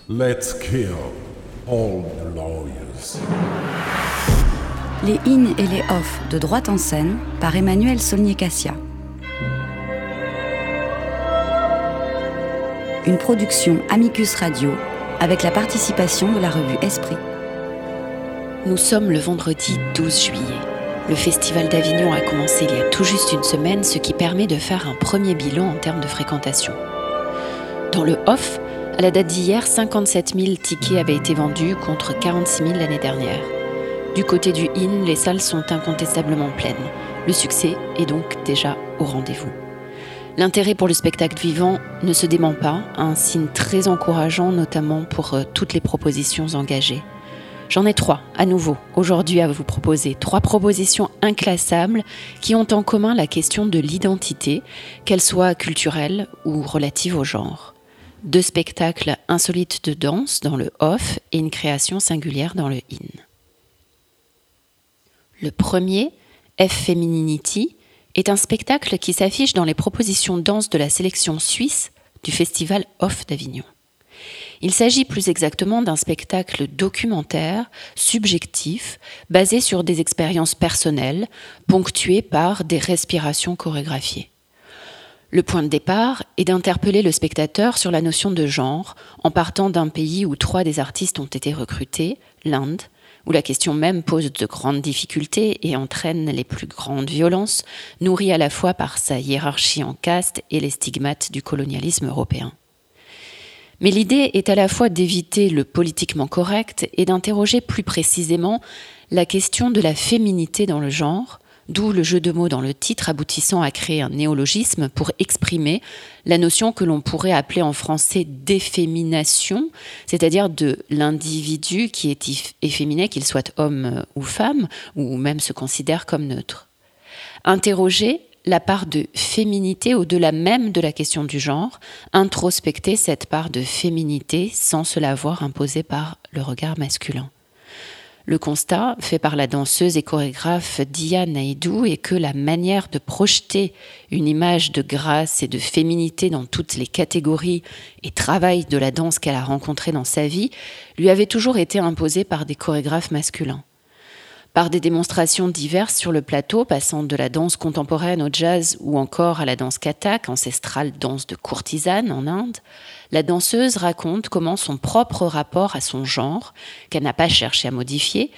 Let's kill all the lawyers. Les in et les off de Droite en scène par Emmanuel Saulnier-Cassia. Une production Amicus Radio avec la participation de la revue Esprit. Nous sommes le vendredi 12 juillet. Le Festival d'Avignon a commencé il y a tout juste une semaine, ce qui permet de faire un premier bilan en termes de fréquentation. Dans le off, à la date d'hier, 57 000 tickets avaient été vendus contre 46 000 l'année dernière. Du côté du in, les salles sont incontestablement pleines. Le succès est donc déjà au rendez-vous. L'intérêt pour le spectacle vivant ne se dément pas, un signe très encourageant notamment pour toutes les propositions engagées. J'en ai 3, à nouveau, aujourd'hui à vous proposer. 3 propositions inclassables qui ont en commun la question de l'identité, qu'elle soit culturelle ou relative au genre. 2 spectacles insolites de danse dans le off et une création singulière dans le in. Le premier, F-Femininity, est un spectacle qui s'affiche dans les propositions danse de la sélection suisse du Festival Off d'Avignon. Il s'agit plus exactement d'un spectacle documentaire, subjectif, basé sur des expériences personnelles, ponctuées par des respirations chorégraphiées. Le point de départ est d'interpeller le spectateur sur la notion de genre, en partant d'un pays où 3 des artistes ont été recrutés, l'Inde, où la question même pose de grandes difficultés et entraîne les plus grandes violences, nourrie à la fois par sa hiérarchie en caste et les stigmates du colonialisme européen. Mais l'idée est à la fois d'éviter le politiquement correct et d'interroger plus précisément la question de la féminité dans le genre, d'où le jeu de mots dans le titre aboutissant à créer un néologisme pour exprimer la notion que l'on pourrait appeler en français d'effémination, c'est-à-dire de l'individu qui est efféminé, qu'il soit homme ou femme, ou même se considère comme neutre. Interroger la part de féminité au-delà même de la question du genre, introspecter cette part de féminité sans se la voir imposée par le regard masculin. Le constat, fait par la danseuse et chorégraphe Dia Naidoo, est que la manière de projeter une image de grâce et de féminité dans toutes les catégories et travail de la danse qu'elle a rencontré dans sa vie lui avait toujours été imposée par des chorégraphes masculins. Par des démonstrations diverses sur le plateau, passant de la danse contemporaine au jazz ou encore à la danse kathak, ancestrale danse de courtisane en Inde, la danseuse raconte comment son propre rapport à son genre, qu'elle n'a pas cherché à modifier,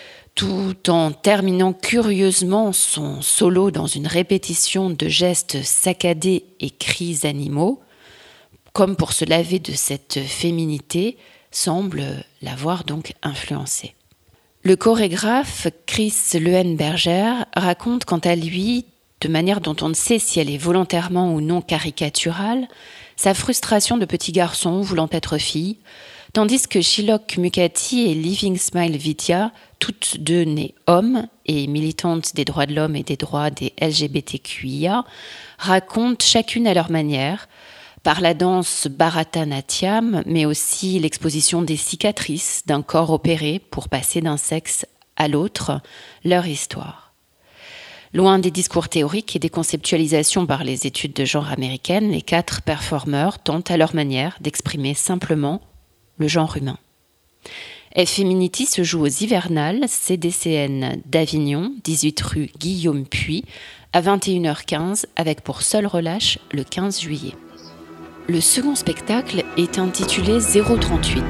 tout en terminant curieusement son solo dans une répétition de gestes saccadés et cris animaux, comme pour se laver de cette féminité, semble l'avoir donc influencée. Le chorégraphe Chris Leuenberger raconte quant à lui, de manière dont on ne sait si elle est volontairement ou non caricaturale, sa frustration de petit garçon voulant être fille, tandis que Shilok Mukherjee et Living Smile Vidya, toutes deux nées hommes et militantes des droits de l'homme et des droits des LGBTQIA, racontent chacune à leur manière, par la danse Bharatanatyam, mais aussi l'exposition des cicatrices d'un corps opéré pour passer d'un sexe à l'autre, leur histoire. Loin des discours théoriques et des conceptualisations par les études de genre américaines, les 4 performeurs tentent à leur manière d'exprimer simplement le genre humain. F-Feminity se joue aux Hivernales, CDCN d'Avignon, 18 rue Guillaume Puy, à 21h15, avec pour seul relâche le 15 juillet. Le second spectacle est intitulé 038.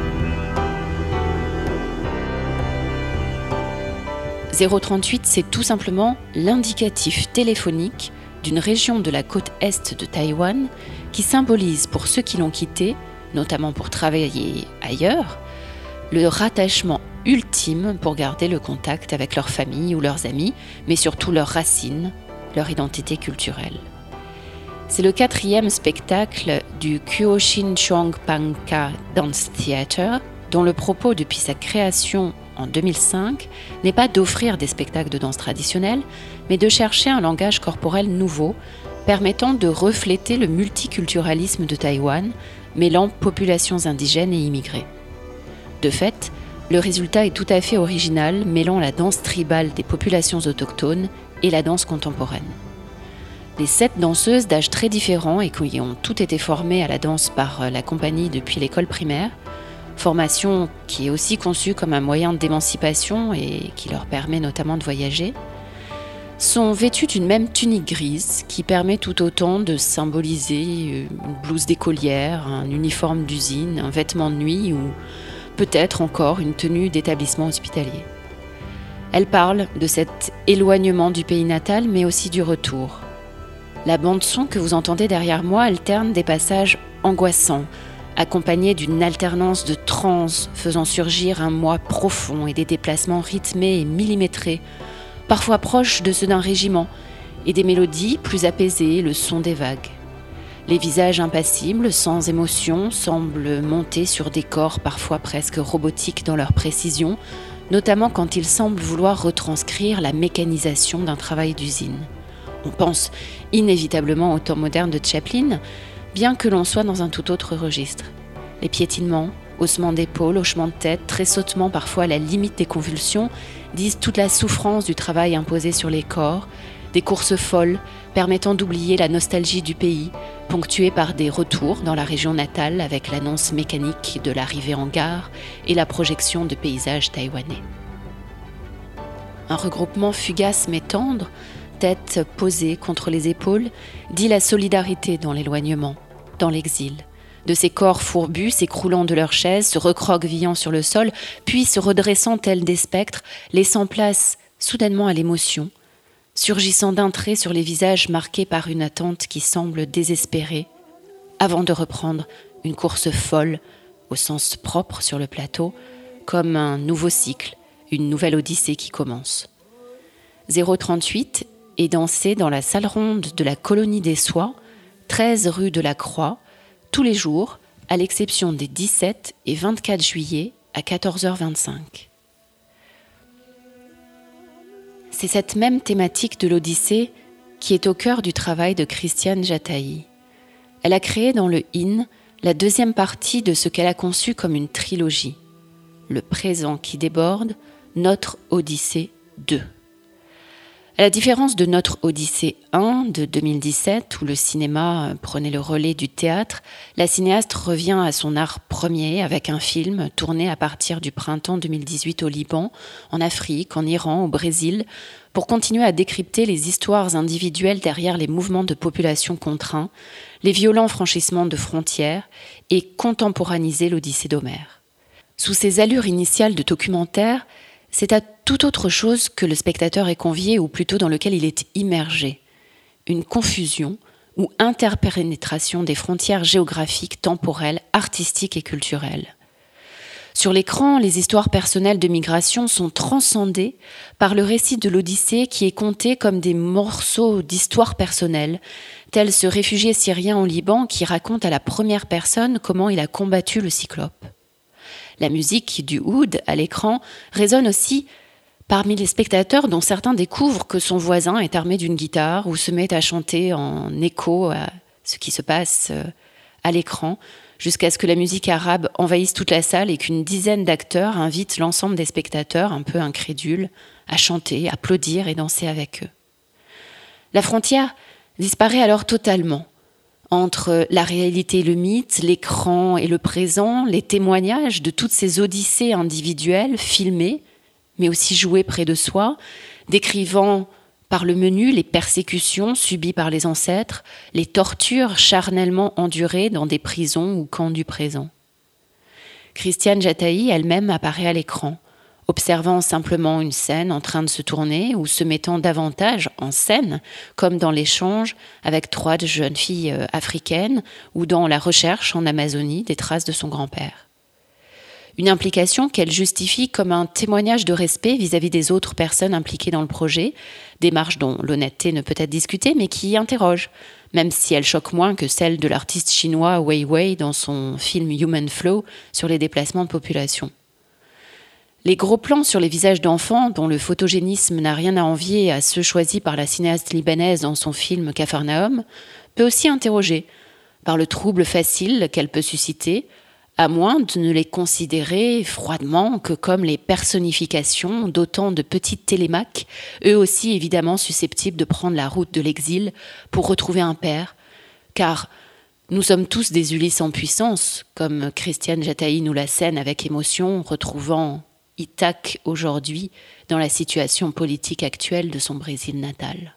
038, c'est tout simplement l'indicatif téléphonique d'une région de la côte est de Taïwan qui symbolise pour ceux qui l'ont quitté, notamment pour travailler ailleurs, le rattachement ultime pour garder le contact avec leur famille ou leurs amis, mais surtout leurs racines, leur identité culturelle. C'est le 4e spectacle du Kyoshin Chongpanka Dance Theatre, dont le propos depuis sa création en 2005 n'est pas d'offrir des spectacles de danse traditionnels, mais de chercher un langage corporel nouveau, permettant de refléter le multiculturalisme de Taïwan, mêlant populations indigènes et immigrées. De fait, le résultat est tout à fait original, mêlant la danse tribale des populations autochtones et la danse contemporaine. Les 7 danseuses d'âges très différents et qui ont toutes été formées à la danse par la compagnie depuis l'école primaire formation qui est aussi conçue comme un moyen d'émancipation et qui leur permet notamment de voyager, sont vêtus d'une même tunique grise qui permet tout autant de symboliser une blouse d'écolière, un uniforme d'usine, un vêtement de nuit ou peut-être encore une tenue d'établissement hospitalier. Elle parle de cet éloignement du pays natal mais aussi du retour. La bande-son que vous entendez derrière moi alterne des passages angoissants, accompagnés d'une alternance de transe faisant surgir un moi profond et des déplacements rythmés et millimétrés, parfois proches de ceux d'un régiment, et des mélodies plus apaisées, le son des vagues. Les visages impassibles, sans émotion, semblent monter sur des corps parfois presque robotiques dans leur précision, notamment quand ils semblent vouloir retranscrire la mécanisation d'un travail d'usine. On pense inévitablement au temps moderne de Chaplin, bien que l'on soit dans un tout autre registre. Les piétinements, haussements d'épaules, hochements de tête, tressautements parfois à la limite des convulsions, disent toute la souffrance du travail imposé sur les corps, des courses folles permettant d'oublier la nostalgie du pays, ponctuées par des retours dans la région natale avec l'annonce mécanique de l'arrivée en gare et la projection de paysages taïwanais. Un regroupement fugace mais tendre, tête posée contre les épaules, dit la solidarité dans l'éloignement, dans l'exil. De ces corps fourbus s'écroulant de leurs chaises, se recroquevillant sur le sol, puis se redressant tels des spectres, laissant place soudainement à l'émotion, surgissant d'un trait sur les visages marqués par une attente qui semble désespérée, avant de reprendre une course folle, au sens propre sur le plateau, comme un nouveau cycle, une nouvelle odyssée qui commence. 038 est dansé dans la salle ronde de la Colonie des Soies, 13 rue de la Croix, tous les jours, à l'exception des 17 et 24 juillet à 14h25. C'est cette même thématique de l'Odyssée qui est au cœur du travail de Christiane Jataï. Elle a créé dans le IN la deuxième partie de ce qu'elle a conçu comme une trilogie. Le présent qui déborde, Notre Odyssée 2. À la différence de Notre Odyssée 1 de 2017, où le cinéma prenait le relais du théâtre, la cinéaste revient à son art premier avec un film tourné à partir du printemps 2018 au Liban, en Afrique, en Iran, au Brésil, pour continuer à décrypter les histoires individuelles derrière les mouvements de population contraints, les violents franchissements de frontières et contemporaniser l'Odyssée d'Homère. Sous ses allures initiales de documentaire, c'est à tout autre chose que le spectateur est convié, ou plutôt dans lequel il est immergé. Une confusion ou interpénétration des frontières géographiques, temporelles, artistiques et culturelles. Sur l'écran, les histoires personnelles de migration sont transcendées par le récit de l'Odyssée qui est conté comme des morceaux d'histoire personnelle, tel ce réfugié syrien au Liban qui raconte à la première personne comment il a combattu le cyclope. La musique du oud à l'écran résonne aussi parmi les spectateurs dont certains découvrent que son voisin est armé d'une guitare ou se met à chanter en écho à ce qui se passe à l'écran, jusqu'à ce que la musique arabe envahisse toute la salle et qu'une dizaine d'acteurs invitent l'ensemble des spectateurs, un peu incrédules, à chanter, applaudir et danser avec eux. La frontière disparaît alors totalement entre la réalité et le mythe, l'écran et le présent, les témoignages de toutes ces odyssées individuelles, filmées, mais aussi jouées près de soi, décrivant par le menu les persécutions subies par les ancêtres, les tortures charnellement endurées dans des prisons ou camps du présent. Christiane Jataï elle-même apparaît à l'écran, observant simplement une scène en train de se tourner ou se mettant davantage en scène, comme dans l'échange avec 3 jeunes filles africaines ou dans la recherche en Amazonie des traces de son grand-père. Une implication qu'elle justifie comme un témoignage de respect vis-à-vis des autres personnes impliquées dans le projet, démarche dont l'honnêteté ne peut être discutée, mais qui interroge, même si elle choque moins que celle de l'artiste chinois Wei Wei dans son film Human Flow sur les déplacements de population. Les gros plans sur les visages d'enfants, dont le photogénisme n'a rien à envier à ceux choisis par la cinéaste libanaise dans son film Capharnaüm, peut aussi interroger, par le trouble facile qu'elle peut susciter, à moins de ne les considérer froidement que comme les personnifications d'autant de petites télémaques, eux aussi évidemment susceptibles de prendre la route de l'exil pour retrouver un père, car Nous sommes tous des Ulysses en puissance, comme Christiane Jataï nous l'assène avec émotion, retrouvant Ithaque aujourd'hui dans la situation politique actuelle de son Brésil natal.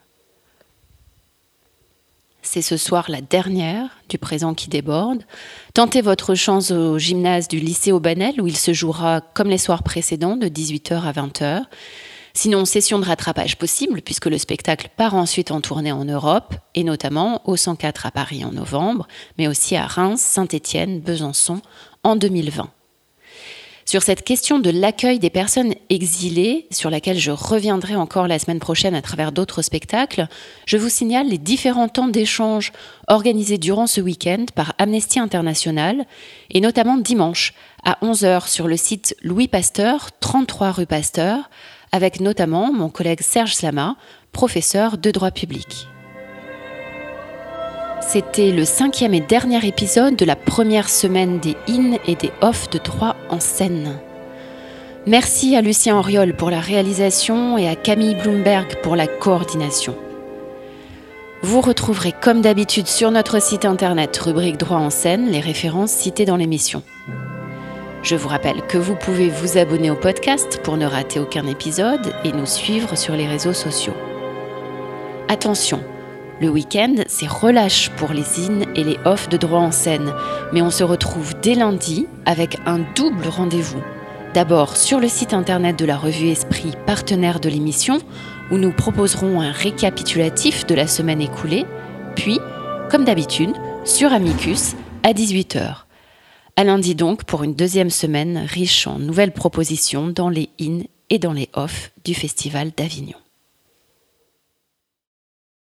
C'est ce soir la dernière du présent qui déborde. Tentez votre chance au gymnase du lycée Aubanel où il se jouera comme les soirs précédents de 18h à 20h. Sinon, session de rattrapage possible puisque le spectacle part ensuite en tournée en Europe et notamment au 104 à Paris en novembre, mais aussi à Reims, Saint-Étienne, Besançon en 2020. Sur cette question de l'accueil des personnes exilées, sur laquelle je reviendrai encore la semaine prochaine à travers d'autres spectacles, je vous signale les différents temps d'échange organisés durant ce week-end par Amnesty International, et notamment dimanche à 11h sur le site Louis Pasteur, 33 rue Pasteur, avec notamment mon collègue Serge Slama, professeur de droit public. C'était le 5e et dernier épisode de la première semaine des in et des off de droit en scène. Merci à Lucien Auriol pour la réalisation et à Camille Bloomberg pour la coordination. Vous retrouverez comme d'habitude sur notre site internet rubrique droit en scène les références citées dans l'émission. Je vous rappelle que vous pouvez vous abonner au podcast pour ne rater aucun épisode et nous suivre sur les réseaux sociaux. Attention, le week-end, c'est relâche pour les in et les off de droit en scène, mais on se retrouve dès lundi avec un double rendez-vous. D'abord sur le site internet de la revue Esprit, partenaire de l'émission, où nous proposerons un récapitulatif de la semaine écoulée, puis, comme d'habitude, sur Amicus à 18h. À lundi donc pour une deuxième semaine riche en nouvelles propositions dans les in et dans les off du Festival d'Avignon.